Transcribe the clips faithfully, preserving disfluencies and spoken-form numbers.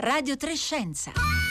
Radio tre Scienza.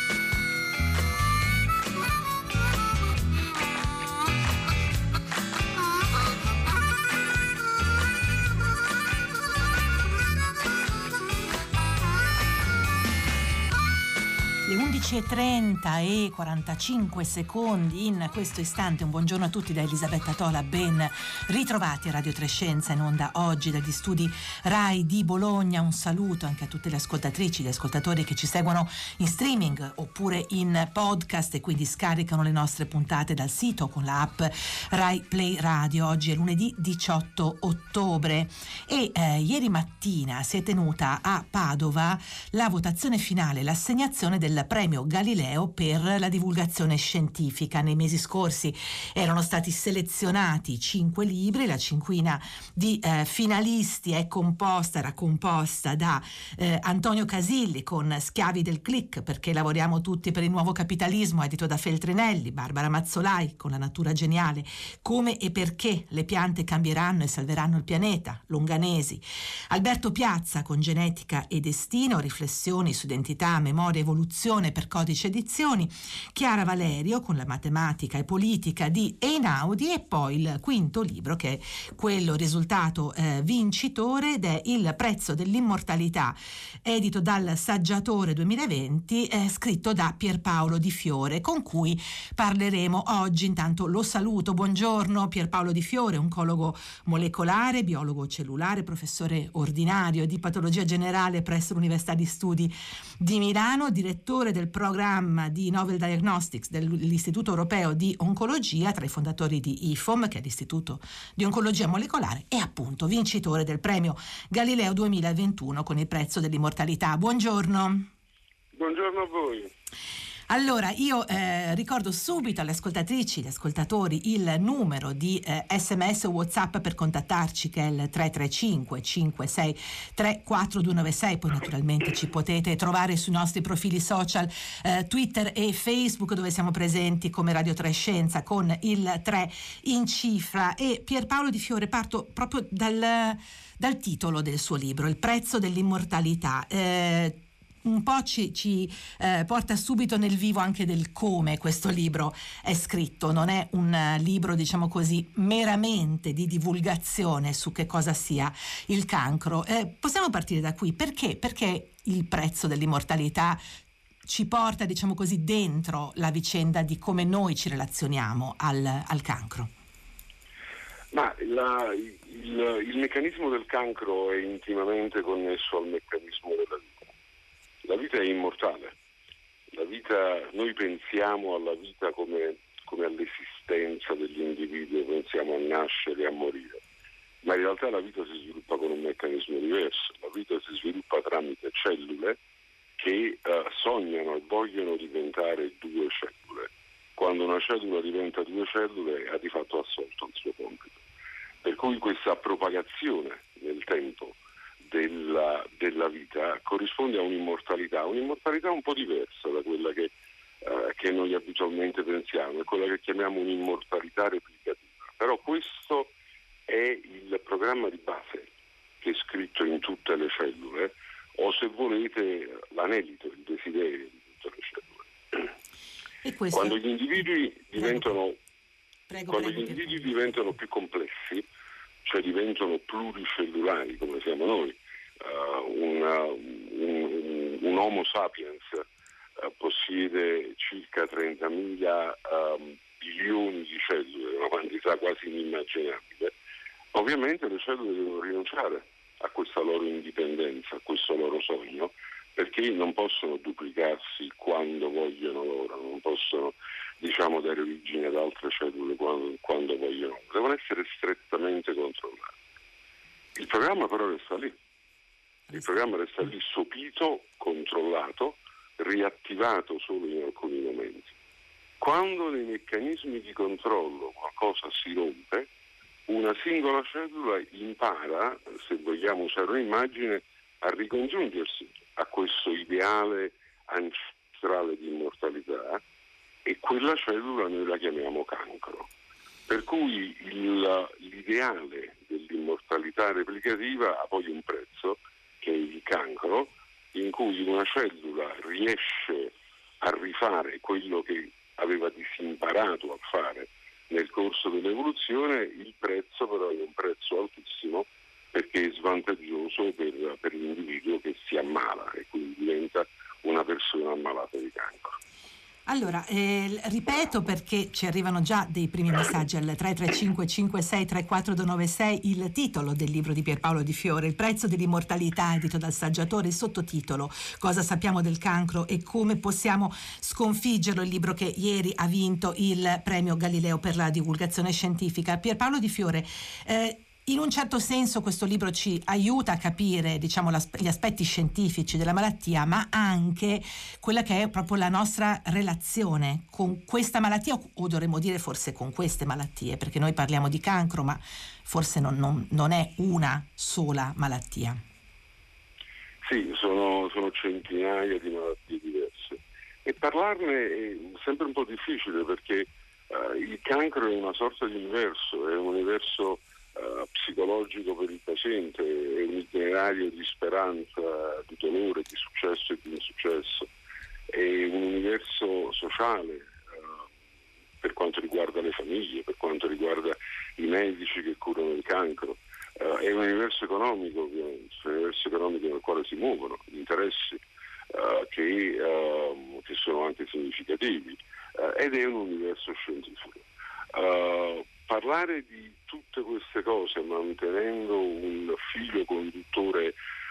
Le undici e trenta e quarantacinque secondi in questo istante. Un buongiorno a tutti da Elisabetta Tola, ben ritrovati a Radio tre Scienza in onda oggi dagli studi Rai di Bologna. Un saluto anche a tutte le ascoltatrici, gli ascoltatori che ci seguono in streaming oppure in podcast e quindi scaricano le nostre puntate dal sito con la app Rai Play Radio. Oggi è lunedì diciotto ottobre e eh, ieri mattina si è tenuta a Padova la votazione finale, l'assegnazione del premio Galileo per la divulgazione scientifica. Nei mesi scorsi erano stati selezionati cinque libri, la cinquina di eh, finalisti è composta, era composta da eh, Antonio Casilli con Schiavi del click, perché lavoriamo tutti per il nuovo capitalismo, edito da Feltrinelli, Barbara Mazzolai con La natura geniale, Come e perché le piante cambieranno e salveranno il pianeta, Longanesi, Alberto Piazza con Genetica e destino, riflessioni su identità, memoria, evoluzione per Codice Edizioni, Chiara Valerio con La matematica e politica di Einaudi, e poi il quinto libro che è quello risultato eh, vincitore ed è Il prezzo dell'immortalità, edito dal Saggiatore duemilaventi, eh, scritto da Pierpaolo Di Fiore, con cui parleremo oggi. Intanto lo saluto, buongiorno Pierpaolo Di Fiore, oncologo molecolare, biologo cellulare, professore ordinario di patologia generale presso l'Università di Studi di Milano, direttore del programma di Novel Diagnostics dell'Istituto Europeo di Oncologia, tra i fondatori di I F O M, che è l'Istituto di Oncologia Molecolare, e appunto vincitore del premio Galileo duemilaventuno con Il prezzo dell'immortalità. Buongiorno. Buongiorno a voi. Allora, io eh, ricordo subito alle ascoltatrici, agli ascoltatori, il numero di eh, sms o WhatsApp per contattarci, che è il tre tre cinque cinque sei tre quattro due nove sei. Poi naturalmente ci potete trovare sui nostri profili social eh, Twitter e Facebook, dove siamo presenti come Radio tre Scienza con il tre in cifra. E Pierpaolo Di Fiore, parto proprio dal, dal titolo del suo libro, Il prezzo dell'immortalità. Eh, un po' ci, ci eh, porta subito nel vivo anche del come questo libro è scritto. Non è un uh, libro, diciamo così, meramente di divulgazione su che cosa sia il cancro. Eh, possiamo partire da qui. Perché? Perché il prezzo dell'immortalità ci porta, diciamo così, dentro la vicenda di come noi ci relazioniamo al, al cancro? Ma la, il, il meccanismo del cancro è intimamente connesso al meccanismo della vita. La vita è immortale, la vita, noi pensiamo alla vita come, come all'esistenza degli individui, pensiamo a nascere e a morire, ma in realtà la vita si sviluppa con un meccanismo diverso. La vita si sviluppa tramite cellule che uh, sognano e vogliono diventare due cellule. Quando una cellula diventa due cellule ha di fatto assolto il suo compito. Per cui questa propagazione nel tempo Della, della vita corrisponde a un'immortalità, un'immortalità un po' diversa da quella che, uh, che noi abitualmente pensiamo, è quella che chiamiamo un'immortalità replicativa. Però questo è il programma di base che è scritto in tutte le cellule, o se volete l'anelito, il desiderio di tutte le cellule. E questo... Quando gli individui diventano, prego, quando prego, gli individui prego. diventano più complessi, cioè diventano pluricellulari come siamo noi, uh, una, un, un Homo sapiens uh, possiede circa trentamila um, bilioni di cellule, una quantità quasi inimmaginabile. Ovviamente le cellule devono rinunciare a questa loro indipendenza, a questo loro sogno, perché non possono duplicarsi quando vogliono loro, non possono, diciamo, dare origine ad altre cellule quando, quando vogliono, devono essere strettamente controllate. Il programma però resta lì, il programma resta lì sopito, controllato, riattivato solo in alcuni momenti. Quando nei meccanismi di controllo qualcosa si rompe, una singola cellula impara, se vogliamo usare un'immagine, a ricongiungersi a questo ideale ancestrale di immortalità, e quella cellula noi la chiamiamo cancro. Per cui il, l'ideale dell'immortalità replicativa ha poi un prezzo, che è il cancro, in cui una cellula riesce a rifare quello che aveva disimparato a fare nel corso dell'evoluzione, il prezzo però è un prezzo altissimo, perché è svantaggioso per, per l'individuo che si ammala e quindi diventa una persona ammalata di cancro. Allora, eh, ripeto perché ci arrivano già dei primi messaggi al tre tre cinque cinque sei tre quattro due nove sei il titolo del libro di Pierpaolo Di Fiore, Il prezzo dell'immortalità, edito dal Saggiatore, il sottotitolo Cosa sappiamo del cancro e come possiamo sconfiggerlo, il libro che ieri ha vinto il premio Galileo per la divulgazione scientifica. Pierpaolo Di Fiore, eh, in un certo senso questo libro ci aiuta a capire, diciamo, gli aspetti scientifici della malattia, ma anche quella che è proprio la nostra relazione con questa malattia, o dovremmo dire forse con queste malattie, perché noi parliamo di cancro, ma forse non, non, non è una sola malattia. Sì, sono, sono centinaia di malattie diverse e parlarne è sempre un po' difficile, perché uh, il cancro è una sorta di universo, è un universo Uh, psicologico per il paziente, è un itinerario di speranza, di dolore, di successo e di insuccesso, è un universo sociale uh, per quanto riguarda le famiglie, per quanto riguarda i medici che curano il cancro, uh, è un universo economico, ovviamente, un universo economico nel quale si muovono gli interessi uh, che, uh, che sono anche significativi, uh, ed è un universo scientifico. Uh, parlare di tutte queste cose mantenendo un filo conduttore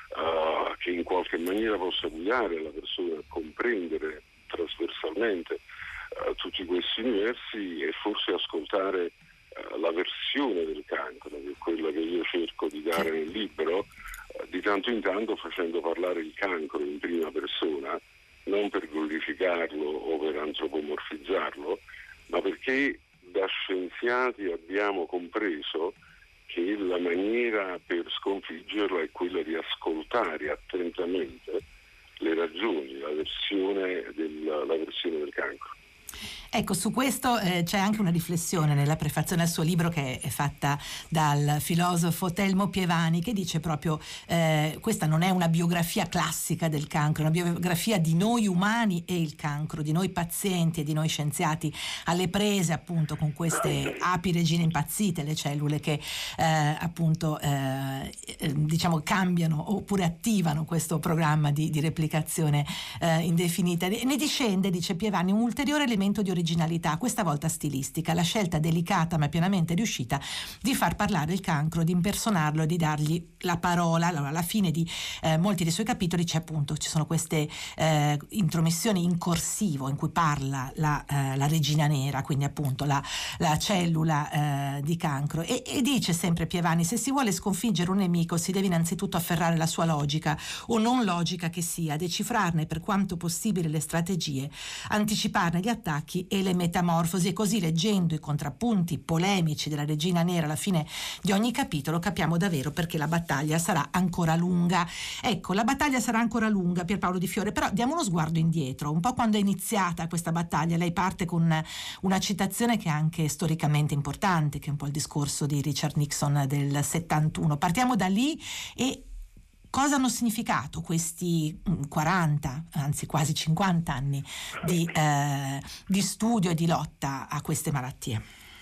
uh, che in qualche maniera possa guidare la persona a comprendere trasversalmente uh, tutti questi universi e forse ascoltare uh, la versione del cancro, che è quella che io cerco di dare nel libro, uh, di tanto in tanto facendo parlare il cancro in prima persona, non per glorificarlo o per antropomorfizzarlo, ma perché da scienziati abbiamo compreso che la maniera per sconfiggerla è quella di ascoltare attentamente le ragioni, la versione del, la versione del cancro. Ecco, su questo eh, c'è anche una riflessione nella prefazione al suo libro, che è fatta dal filosofo Telmo Pievani, che dice proprio eh, questa non è una biografia classica del cancro, è una biografia di noi umani e il cancro, di noi pazienti e di noi scienziati alle prese appunto con queste api regine impazzite, le cellule che eh, appunto eh, diciamo cambiano oppure attivano questo programma di, di replicazione eh, indefinita. Ne discende, dice Pievani, un ulteriore elemento di originalità, questa volta stilistica, la scelta delicata ma pienamente riuscita di far parlare il cancro, di impersonarlo e di dargli la parola. Allora, alla fine di eh, molti dei suoi capitoli c'è appunto, ci sono queste eh, intromissioni in corsivo in cui parla la, eh, la regina nera, quindi appunto la, la cellula eh, di cancro, e, e dice sempre Pievani: se si vuole sconfiggere un nemico si deve innanzitutto afferrare la sua logica, o non logica che sia, decifrarne per quanto possibile le strategie, anticiparne gli attacchi e le metamorfosi, e così, leggendo i contrappunti polemici della regina nera alla fine di ogni capitolo, capiamo davvero perché la battaglia sarà ancora lunga. Ecco, la battaglia sarà ancora lunga, Pierpaolo Di Fiore, però diamo uno sguardo indietro, un po' quando è iniziata questa battaglia. Lei parte con una citazione che è anche storicamente importante, che è un po' il discorso di Richard Nixon del settantuno. Partiamo da lì e cosa hanno significato questi quaranta, anzi quasi cinquanta anni di, eh, di studio e di lotta a queste malattie?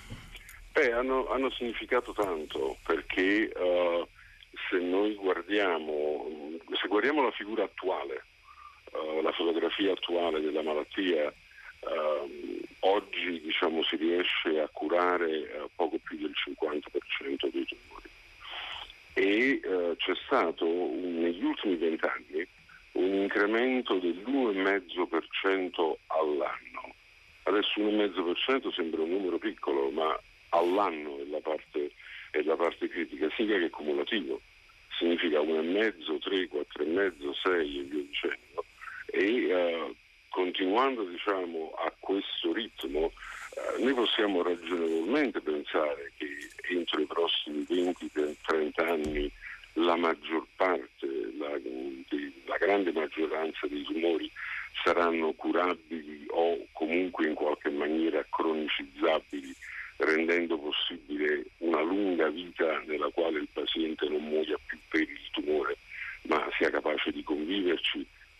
Beh, hanno, hanno significato tanto, perché uh, se noi guardiamo, se guardiamo la figura attuale, uh, la fotografia attuale della malattia, uh, oggi diciamo si riesce a curare uh, poco più del cinquanta per cento dei tumori. E uh, c'è stato un, negli ultimi vent'anni un incremento dell'uno virgola cinque per cento all'anno. Adesso uno virgola cinque per cento sembra un numero piccolo, ma all'anno è la parte, è la parte critica, significa che è cumulativo, significa uno virgola cinque, tre, quattro virgola cinque, sei e via dicendo. E uh, continuando diciamo a questo ritmo, Uh, noi possiamo ragionevolmente pensare che entro i prossimi venti trenta anni la maggior parte, la, di, la grande maggioranza dei tumori saranno curabili o comunque in qualche maniera cronicizzabili, rendendo possibile una lunga vita nella quale il paziente non muoia più per il tumore, ma sia capace di conviverci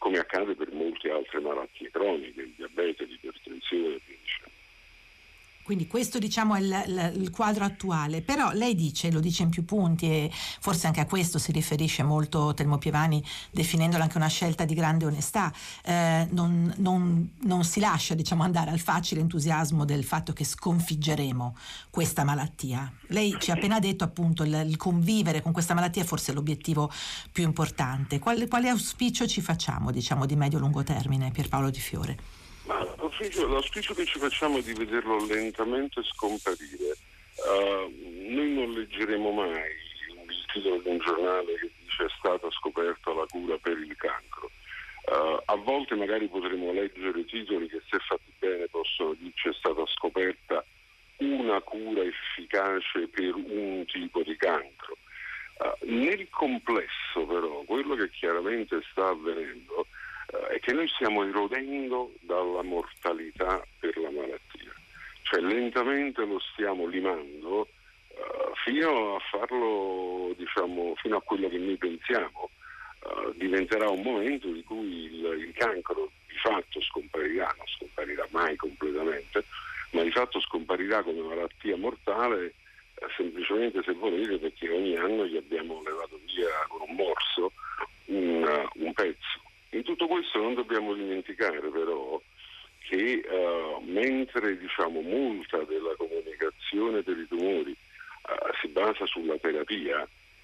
come accade per molte altre malattie croniche, il diabete, l'ipertensione e via dicendo. Quindi questo diciamo è il, il, il quadro attuale, però lei dice, lo dice in più punti e forse anche a questo si riferisce molto Telmo Pievani definendola anche una scelta di grande onestà, eh, non, non, non si lascia diciamo andare al facile entusiasmo del fatto che sconfiggeremo questa malattia. Lei ci ha appena detto appunto il, il convivere con questa malattia è forse l'obiettivo più importante. Quale, quale auspicio ci facciamo diciamo di medio-lungo termine, Pierpaolo Di Fiore? Ma l'auspicio, l'auspicio che ci facciamo è di vederlo lentamente scomparire. Uh, noi non leggeremo mai il titolo di un giornale che dice è stata scoperta la cura per il cancro. Uh, a volte magari potremo leggere titoli che, se fatti bene, possono dirci è stata scoperta una cura efficace per un tipo di cancro. Uh, nel complesso però quello che chiaramente sta avvenendo è che noi stiamo erodendo dalla mortalità per la malattia, cioè lentamente lo stiamo limando uh, fino a farlo, diciamo, fino a quello che noi pensiamo uh, diventerà un momento in cui il, il cancro di fatto scomparirà, non scomparirà mai completamente, ma di fatto scomparirà come malattia mortale uh, semplicemente, se volete, perché ogni anno gli abbiamo levato via con un morso un, uh, un pezzo. In tutto questo non dobbiamo dimenticare però che uh, mentre diciamo molta della comunicazione per i tumori uh, si basa sulla terapia,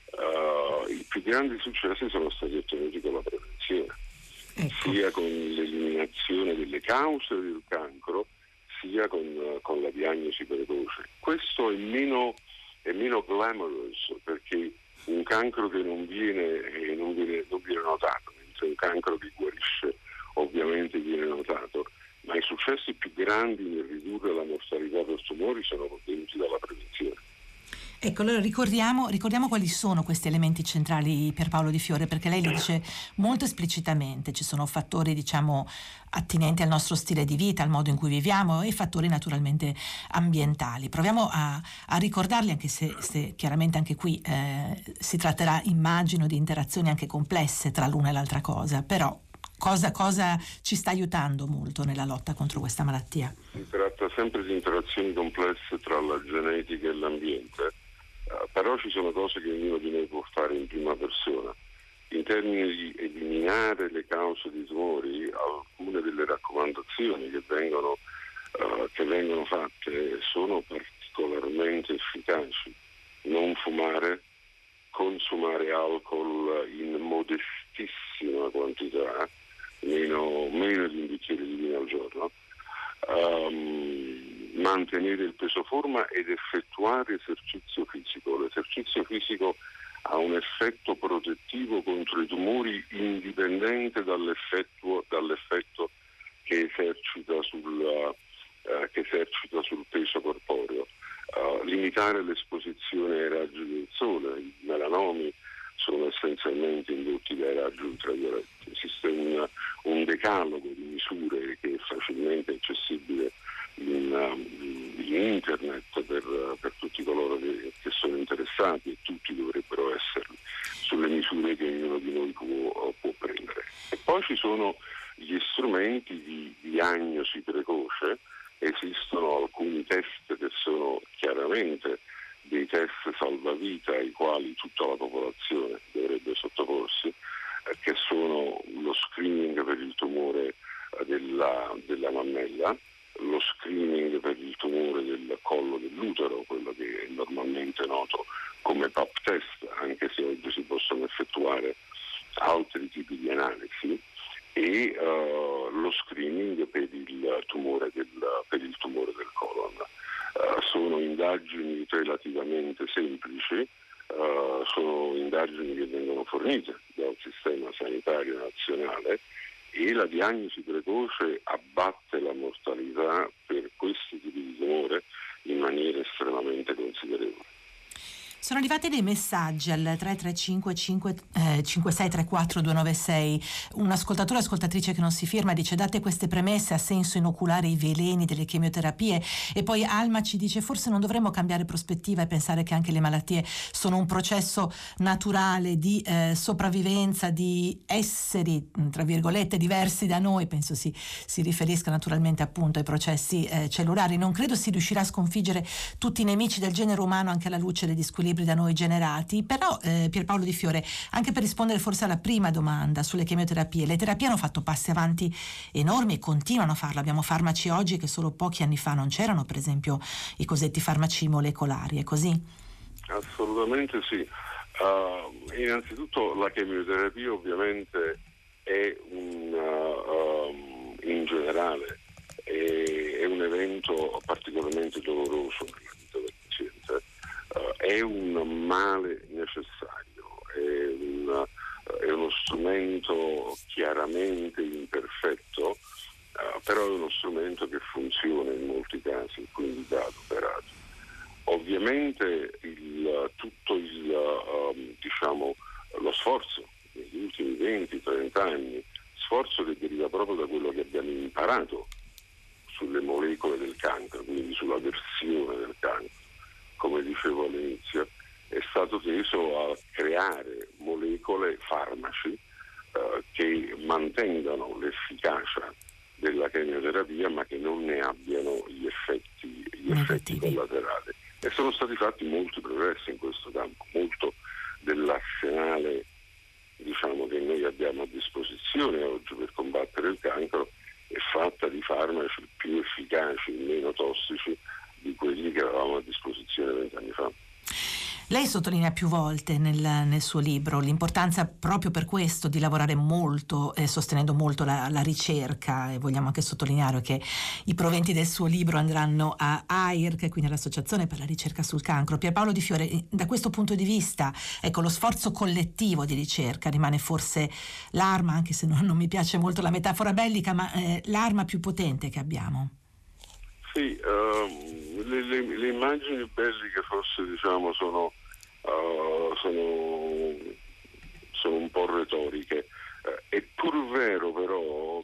uh, i più grandi successi sono stati ottenuti con la prevenzione, ecco. Sia con l'eliminazione delle cause del cancro, sia con, uh, con la diagnosi precoce. Questo è meno, è meno glamorous, perché un cancro che non viene, eh, non viene, non viene notato, un cancro che guarisce ovviamente viene notato, ma i successi più grandi nel ridurre la mortalità per tumori sono ottenuti dalla prevenzione. Ecco, allora ricordiamo, ricordiamo quali sono questi elementi centrali, Pierpaolo Di Fiore, perché lei li dice molto esplicitamente. Ci sono fattori diciamo attinenti al nostro stile di vita, al modo in cui viviamo, e fattori naturalmente ambientali. Proviamo a, a ricordarli, anche se, se chiaramente anche qui eh, si tratterà, immagino, di interazioni anche complesse tra l'una e l'altra cosa, però cosa, cosa ci sta aiutando molto nella lotta contro questa malattia? Si tratta sempre di interazioni complesse tra la genetica e l'ambiente, uh, però ci sono cose che ognuno di noi può fare in prima persona. In termini di eliminare le cause di tumori, alcune delle raccomandazioni che vengono, uh, che vengono fatte sono particolarmente efficaci. Non fumare, consumare alcol in modestissima quantità, meno, meno di un bicchiere di vino al giorno, um, mantenere il peso forma ed effettuare esercizio fisico. L'esercizio fisico ha un effetto protettivo contro i tumori indipendente dall'effetto, dall'effetto che esercita sul, uh, che esercita sul peso corporeo. Uh, limitare l'esposizione ai raggi del sole, i melanomi sono essenzialmente indotti dai raggi ultravioletti. Esiste un, un decalogo di misure che è facilmente accessibile in, um, in internet per, per tutti coloro che, che sono interessati, e tutti dovrebbero esserli, sulle misure che ognuno di noi può, può prendere. E poi ci sono gli strumenti di diagnosi precoce. Esistono alcuni test che sono chiaramente dei test salvavita ai quali tutta la popolazione dovrebbe sottoporsi, eh, che sono lo screening per il tumore della, della mammella, lo screening per il tumore del collo dell'utero, quello che è normalmente noto come pap test, anche se oggi si possono effettuare altri tipi di analisi, e uh, lo screening per il tumore del, per il tumore del colon. Uh, sono indagini relativamente semplici, uh, sono indagini che vengono fornite dal sistema sanitario nazionale, e la diagnosi precoce abbatte la mortalità per questi tipi di tumore in maniera estremamente considerevole. Sono arrivati dei messaggi al tre tre cinque cinque sei tre quattro due nove sei. Un ascoltatore o ascoltatrice che non si firma dice: date queste premesse, ha senso inoculare i veleni delle chemioterapie? E poi Alma ci dice: forse non dovremmo cambiare prospettiva e pensare che anche le malattie sono un processo naturale di eh, sopravvivenza di esseri tra virgolette diversi da noi. Penso si, si riferisca naturalmente appunto ai processi eh, cellulari. Non credo si riuscirà a sconfiggere tutti i nemici del genere umano anche alla luce dei disquilibri da noi generati, però eh, Pierpaolo Di Fiore, anche per rispondere forse alla prima domanda sulle chemioterapie, le terapie hanno fatto passi avanti enormi e continuano a farlo. Abbiamo farmaci oggi che solo pochi anni fa non c'erano, per esempio i cosiddetti farmaci molecolari, è così? Assolutamente sì. Uh, innanzitutto la chemioterapia ovviamente è un, uh, um, in generale è, è un evento particolarmente doloroso nella vita del paziente. Uh, è un male necessario, è, un, uh, è uno strumento chiaramente imperfetto, uh, però è uno strumento che funziona in molti casi, quindi va adoperato. Ovviamente il, tutto il, uh, diciamo, lo sforzo negli ultimi venti trenta anni, sforzo che deriva proprio da quello che abbiamo imparato sulle molecole del cancro, quindi sulla versione del cancro, come dicevo all'inizio, è stato teso a creare molecole, farmaci, eh, che mantengano l'efficacia della chemioterapia ma che non ne abbiano gli effetti, gli effetti collaterali. E sono stati fatti molti progressi in questo campo, molto dell'arsenale diciamo, che noi abbiamo a disposizione oggi per combattere il cancro è fatta di farmaci più efficaci, meno tossici di quelli che avevamo a disposizione vent'anni fa. Lei sottolinea più volte nel, nel suo libro l'importanza proprio per questo di lavorare molto, eh, sostenendo molto la, la ricerca, e vogliamo anche sottolineare che i proventi del suo libro andranno a A I R C, quindi all'Associazione per la ricerca sul cancro. Pierpaolo Di Fiore, da questo punto di vista, ecco, lo sforzo collettivo di ricerca rimane forse l'arma, anche se non, non mi piace molto la metafora bellica, ma eh, l'arma più potente che abbiamo. Sì, uh, le, le, le immagini belliche forse diciamo sono, uh, sono, sono un po' retoriche. Uh, è pur vero però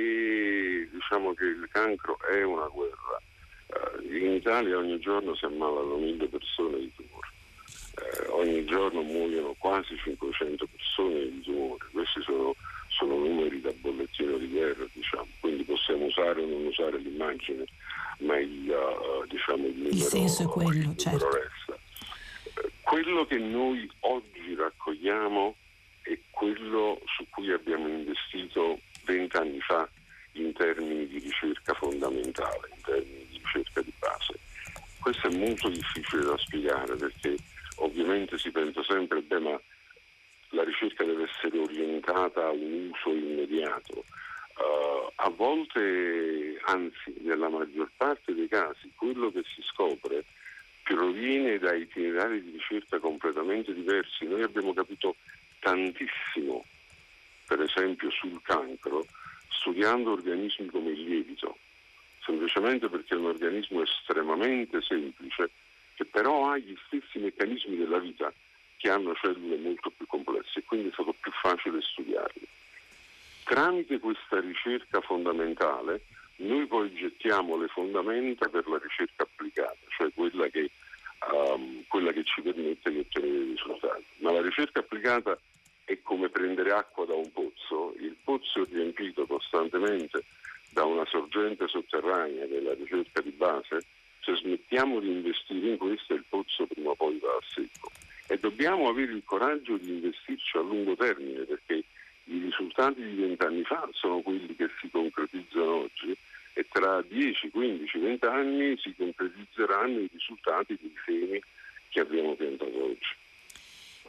che diciamo che il cancro è una guerra. Uh, in Italia ogni giorno si ammalano mille persone di tumore. Uh, ogni giorno muoiono quasi cinquecento persone di tumore. Questi sono, sono numeri da bollettino di guerra, diciamo. Quindi possiamo usare o non usare l'immagine, ma il, uh, diciamo, il, numero, il senso è quello, il certo. resta. Uh, quello che noi oggi raccogliamo è quello su cui abbiamo investito vent'anni fa in termini di ricerca fondamentale, in termini di ricerca di base. Questo è molto difficile da spiegare perché ovviamente si pensa sempre, beh, ma la ricerca deve essere orientata a un uso immediato. Uh, a volte, anzi nella maggior parte dei casi, quello che si scopre proviene da itinerari di ricerca completamente diversi. Noi abbiamo capito tantissimo, per esempio sul cancro, studiando organismi come il lievito, semplicemente perché è un organismo estremamente semplice che però ha gli stessi meccanismi della vita, che hanno cellule molto più complesse, e quindi è stato più facile studiarli. Tramite questa ricerca fondamentale noi poi gettiamo le fondamenta per la ricerca applicata, cioè quella che, um, quella che ci permette di ottenere i risultati. Ma la ricerca applicata è come prendere acqua da un pozzo. Il pozzo è riempito costantemente da una sorgente sotterranea della ricerca di base. Se smettiamo di investire in questo, il pozzo prima o poi va a secco. E dobbiamo avere il coraggio di investirci a lungo termine, perché i risultati di vent'anni fa sono quelli che si concretizzano oggi e tra dieci, quindici, venti anni si concretizzeranno i risultati dei semi che abbiamo piantato oggi.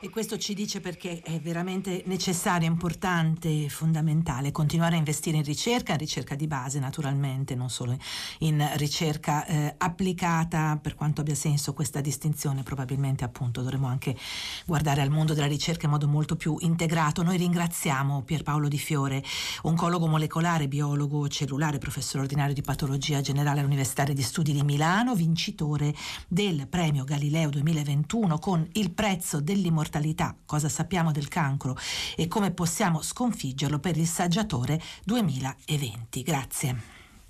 E questo ci dice perché è veramente necessario, importante, fondamentale continuare a investire in ricerca, in ricerca di base naturalmente, non solo in ricerca eh, applicata, per quanto abbia senso questa distinzione. Probabilmente appunto dovremmo anche guardare al mondo della ricerca in modo molto più integrato. Noi ringraziamo Pierpaolo Di Fiore, oncologo molecolare, biologo cellulare, professore ordinario di patologia generale all'Università degli Studi di Milano, vincitore del premio Galileo duemilaventuno con Il prezzo dell'immortalità, cosa sappiamo del cancro e come possiamo sconfiggerlo, per il Saggiatore duemilaventi. Grazie.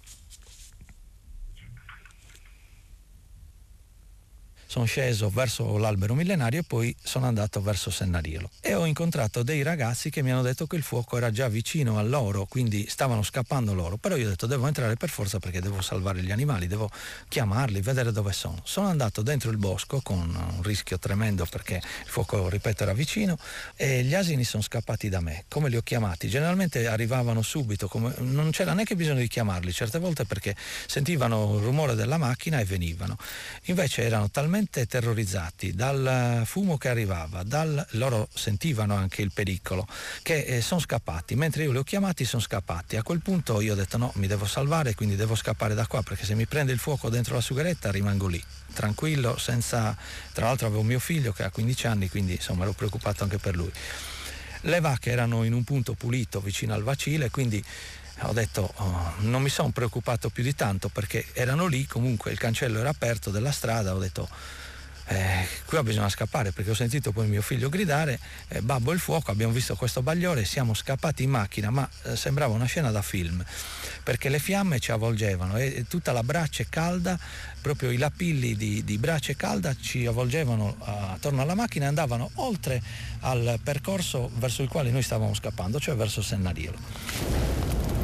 Sono sceso verso l'albero millenario e poi sono andato verso Sennariolo e ho incontrato dei ragazzi che mi hanno detto che il fuoco era già vicino a loro, quindi stavano scappando loro, però io ho detto devo entrare per forza perché devo salvare gli animali, devo chiamarli, vedere dove sono. Sono andato dentro il bosco con un rischio tremendo perché il fuoco, ripeto, era vicino, e gli asini sono scappati da me. Come li ho chiamati? Generalmente arrivavano subito, come, non c'era neanche bisogno di chiamarli certe volte perché sentivano il rumore della macchina e venivano. Invece erano talmente terrorizzati dal fumo che arrivava, dal, loro sentivano anche il pericolo, che eh, sono scappati. Mentre io li ho chiamati sono scappati. A quel punto io ho detto no, mi devo salvare, quindi devo scappare da qua, perché se mi prende il fuoco dentro la sugheretta rimango lì tranquillo, senza, tra l'altro avevo mio figlio che ha quindici anni, quindi insomma ero preoccupato anche per lui. Le vacche erano in un punto pulito vicino al bacile, quindi ho detto oh, non mi sono preoccupato più di tanto perché erano lì, comunque il cancello era aperto della strada. Ho detto eh, qui bisogna scappare, perché ho sentito poi mio figlio gridare eh, babbo il fuoco, abbiamo visto questo bagliore, siamo scappati in macchina, ma eh, sembrava una scena da film perché le fiamme ci avvolgevano e, e tutta la brace calda, proprio i lapilli di, di brace calda ci avvolgevano attorno alla macchina e andavano oltre al percorso verso il quale noi stavamo scappando, cioè verso Sennariolo.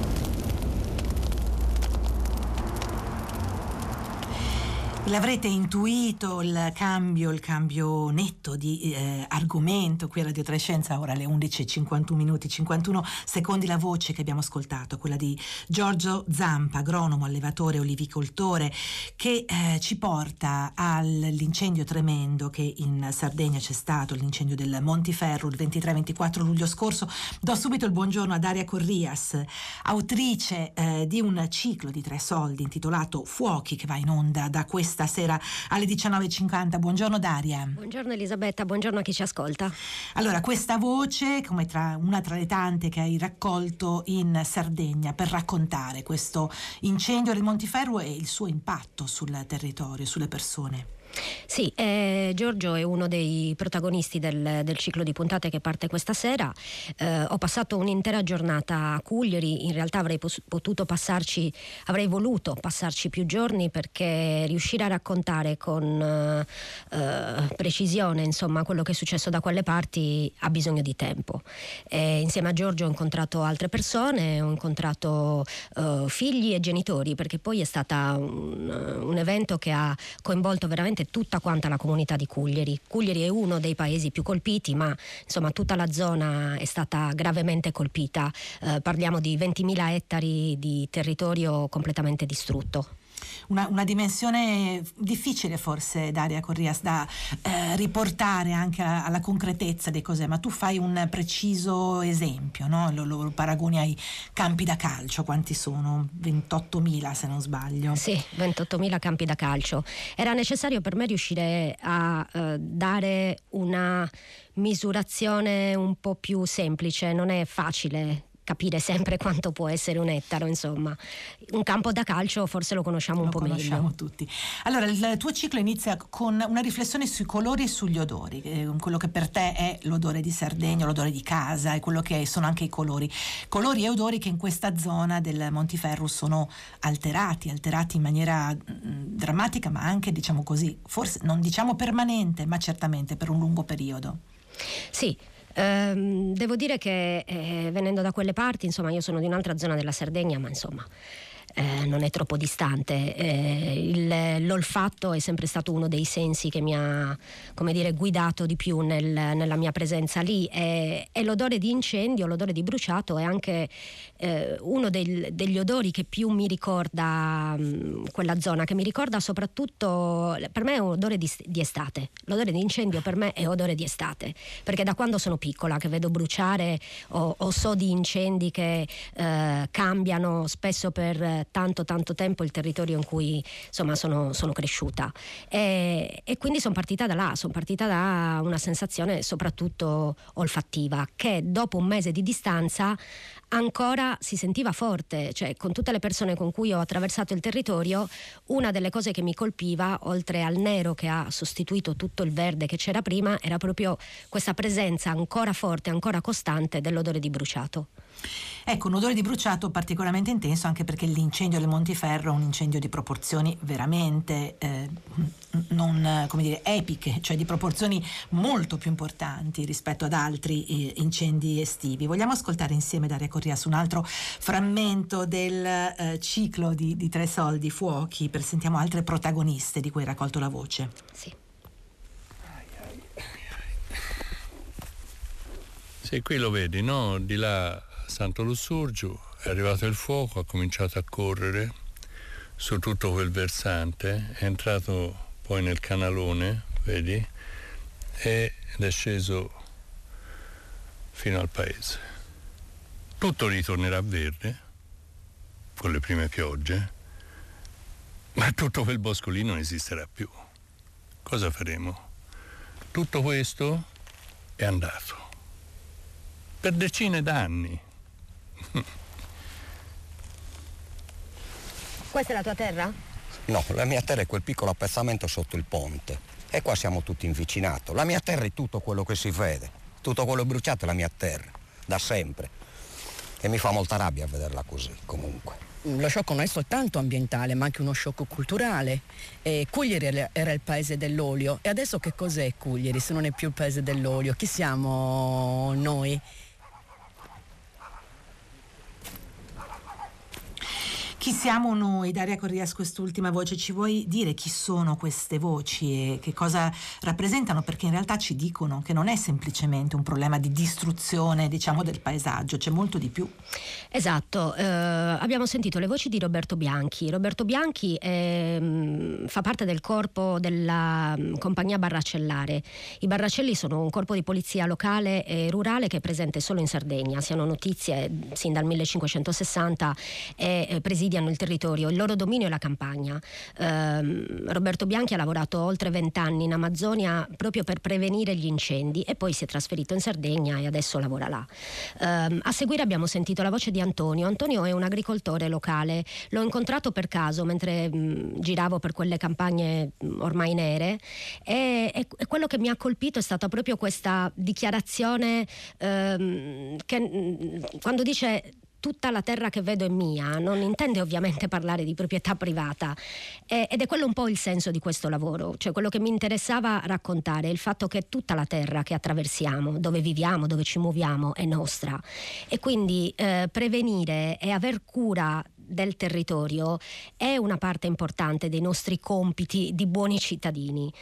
L'avrete intuito il cambio, il cambio netto di eh, argomento qui a Radio tre Scienza. Ora alle undici e cinquantuno minuti cinquantuno secondi. La voce che abbiamo ascoltato, quella di Giorgio Zampa, agronomo, allevatore, olivicoltore, che eh, ci porta all'incendio tremendo che in Sardegna c'è stato, l'incendio del Montiferru il ventitré ventiquattro luglio scorso. Do subito il buongiorno a Daria Corrias, autrice eh, di un ciclo di tre soldi intitolato Fuochi, che va in onda da questa stasera alle diciannove e cinquanta. Buongiorno Daria. Buongiorno Elisabetta, buongiorno a chi ci ascolta. Allora, questa voce, come tra una tra le tante che hai raccolto in Sardegna per raccontare questo incendio del Montiferru e il suo impatto sul territorio, sulle persone. Sì, eh, Giorgio è uno dei protagonisti del, del ciclo di puntate che parte questa sera. Eh, ho passato un'intera giornata a Cuglieri, in realtà avrei pos- potuto passarci, avrei voluto passarci più giorni, perché riuscire a raccontare con eh, eh, precisione insomma quello che è successo da quelle parti ha bisogno di tempo. Eh, insieme a Giorgio ho incontrato altre persone, ho incontrato eh, figli e genitori, perché poi è stato un, un evento che ha coinvolto veramente tutta quanta la comunità di Cuglieri. Cuglieri è uno dei paesi più colpiti, ma insomma tutta la zona è stata gravemente colpita. Eh, parliamo di ventimila ettari di territorio completamente distrutto. Una, una dimensione difficile forse, Daria Corrias, da eh, riportare anche alla, alla concretezza di cos'è, ma tu fai un preciso esempio, no? Lo, lo paragoni ai campi da calcio. Quanti sono? ventottomila se non sbaglio. Sì, ventottomila campi da calcio. Era necessario per me riuscire a eh, dare una misurazione un po' più semplice. Non è facile capire sempre quanto può essere un ettaro, insomma. Un campo da calcio forse lo conosciamo lo un po' conosciamo meglio. tutti. Allora, il tuo ciclo inizia con una riflessione sui colori e sugli odori, eh, quello che per te è l'odore di Sardegna, l'odore di casa, e quello che sono anche i colori. Colori e odori che in questa zona del Montiferru sono alterati, alterati in maniera mh, drammatica, ma anche, diciamo così, forse non diciamo permanente, ma certamente per un lungo periodo. Sì. Ehm, devo dire che eh, venendo da quelle parti, insomma, io sono di un'altra zona della Sardegna, ma insomma eh, non è troppo distante. Eh, il, l'olfatto è sempre stato uno dei sensi che mi ha, come dire, guidato di più nel, nella mia presenza lì, e, e l'odore di incendio, l'odore di bruciato è anche eh, uno del, degli odori che più mi ricorda mh, quella zona, che mi ricorda soprattutto, per me è un odore di, di estate. L'odore di incendio per me è odore di estate, perché da quando sono piccola che vedo bruciare o, o so di incendi che eh, cambiano spesso per tanto tanto tempo il territorio in cui insomma sono, sono cresciuta, e, e quindi sono partita da là, sono partita da una sensazione soprattutto olfattiva che dopo un mese di distanza ancora si sentiva forte. Cioè, con tutte le persone con cui ho attraversato il territorio, una delle cose che mi colpiva, oltre al nero che ha sostituito tutto il verde che c'era prima, era proprio questa presenza ancora forte, ancora costante dell'odore di bruciato. Ecco, un odore di bruciato particolarmente intenso, anche perché l'incendio del Montiferro è un incendio di proporzioni veramente eh, non, come dire, epiche, cioè di proporzioni molto più importanti rispetto ad altri eh, incendi estivi. Vogliamo ascoltare insieme Daria Corrias un altro frammento del eh, ciclo di, di Tre Soldi Fuochi, per sentiamo altre protagoniste di cui hai raccolto la voce. Sì. Sì, qui lo vedi, no? Di là Santo Lussurgiu, è arrivato il fuoco, ha cominciato a correre su tutto quel versante, è entrato poi nel canalone, vedi, ed è sceso fino al paese. Tutto ritornerà verde con le prime piogge, ma tutto quel bosco lì non esisterà più. Cosa faremo? Tutto questo è andato per decine d'anni. Questa è la tua terra? No, la mia terra è quel piccolo appezzamento sotto il ponte. E qua siamo tutti in vicinato. La mia terra è tutto quello che si vede. Tutto quello bruciato è la mia terra, da sempre. E mi fa molta rabbia vederla così, comunque. Lo shock non è soltanto ambientale, ma anche uno shock culturale. E Cuglieri era il paese dell'olio. E adesso che cos'è Cuglieri se non è più il paese dell'olio? Chi siamo noi? Chi siamo noi? Daria Corrias, quest'ultima voce, ci vuoi dire chi sono queste voci e che cosa rappresentano? Perché in realtà ci dicono che non è semplicemente un problema di distruzione, diciamo, del paesaggio, c'è molto di più. Esatto, eh, abbiamo sentito le voci di Roberto Bianchi. Roberto Bianchi è, fa parte del corpo della compagnia Barracellare. I Barracelli sono un corpo di polizia locale e rurale che è presente solo in Sardegna. Si hanno notizie sin dal millecinquecentosessanta e eh, presidiano il territorio. Il loro dominio è la campagna. Eh, Roberto Bianchi ha lavorato oltre vent'anni in Amazzonia proprio per prevenire gli incendi e poi si è trasferito in Sardegna e adesso lavora là. Eh, a seguire abbiamo sentito la voce di Antonio. Antonio è un agricoltore locale. L'ho incontrato per caso mentre mh, giravo per quelle campagne mh, ormai nere e, e, e quello che mi ha colpito è stata proprio questa dichiarazione ehm, che mh, quando dice tutta la terra che vedo è mia, non intende ovviamente parlare di proprietà privata, eh, ed è quello un po' il senso di questo lavoro, cioè quello che mi interessava raccontare, il fatto che tutta la terra che attraversiamo, dove viviamo, dove ci muoviamo, è nostra, e quindi eh, prevenire e aver cura del territorio è una parte importante dei nostri compiti di buoni cittadini.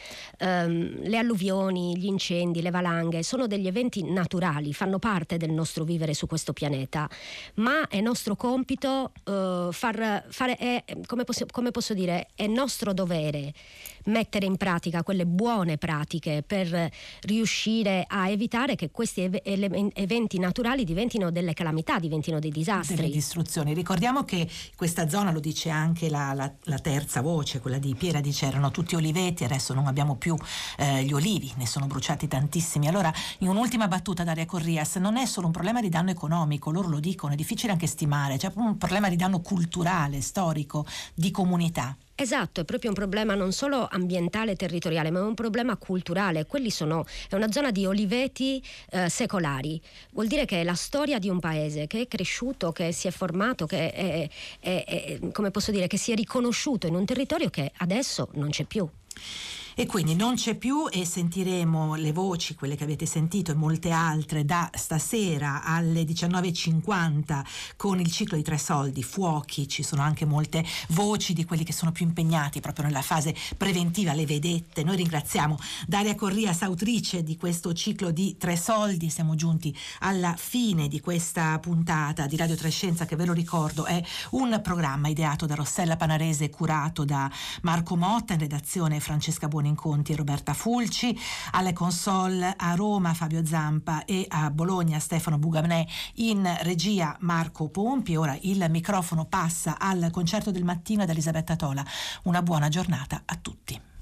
Um, le alluvioni, gli incendi, le valanghe sono degli eventi naturali, fanno parte del nostro vivere su questo pianeta, ma è nostro compito uh, far, fare, è, come, posso, come posso dire, è nostro dovere mettere in pratica quelle buone pratiche per riuscire a evitare che questi ev- eventi naturali diventino delle calamità, diventino dei disastri, delle distruzioni. Ricordiamo che questa zona, lo dice anche la, la, la terza voce, quella di Piera, dice erano tutti oliveti, adesso non abbiamo più eh, gli olivi, ne sono bruciati tantissimi. Allora, in un'ultima battuta, Daria Corrias, non è solo un problema di danno economico, loro lo dicono, è difficile anche stimare, c'è un problema di danno culturale, storico, di comunità. Esatto, è proprio un problema non solo ambientale e territoriale, ma è un problema culturale. Quelli sono, è una zona di oliveti eh, secolari. Vuol dire che è la storia di un paese che è cresciuto, che si è formato, che è, è, è, come posso dire, che si è riconosciuto in un territorio che adesso non c'è più. E quindi non c'è più, e sentiremo le voci, quelle che avete sentito e molte altre, da stasera alle diciannove e cinquanta con il ciclo di Tre Soldi, Fuochi. Ci sono anche molte voci di quelli che sono più impegnati proprio nella fase preventiva, le vedette. Noi ringraziamo Daria Corrias, autrice di questo ciclo di Tre Soldi. Siamo giunti alla fine di questa puntata di Radio Trescenza, che ve lo ricordo è un programma ideato da Rossella Panarese e curato da Marco Motta, in redazione Francesca Buoninconti e Roberta Fulci, alle console a Roma Fabio Zampa e a Bologna Stefano Bugamnè, in regia Marco Pompi. Ora il microfono passa al Concerto del Mattino ad Elisabetta Tola. Una buona giornata a tutti.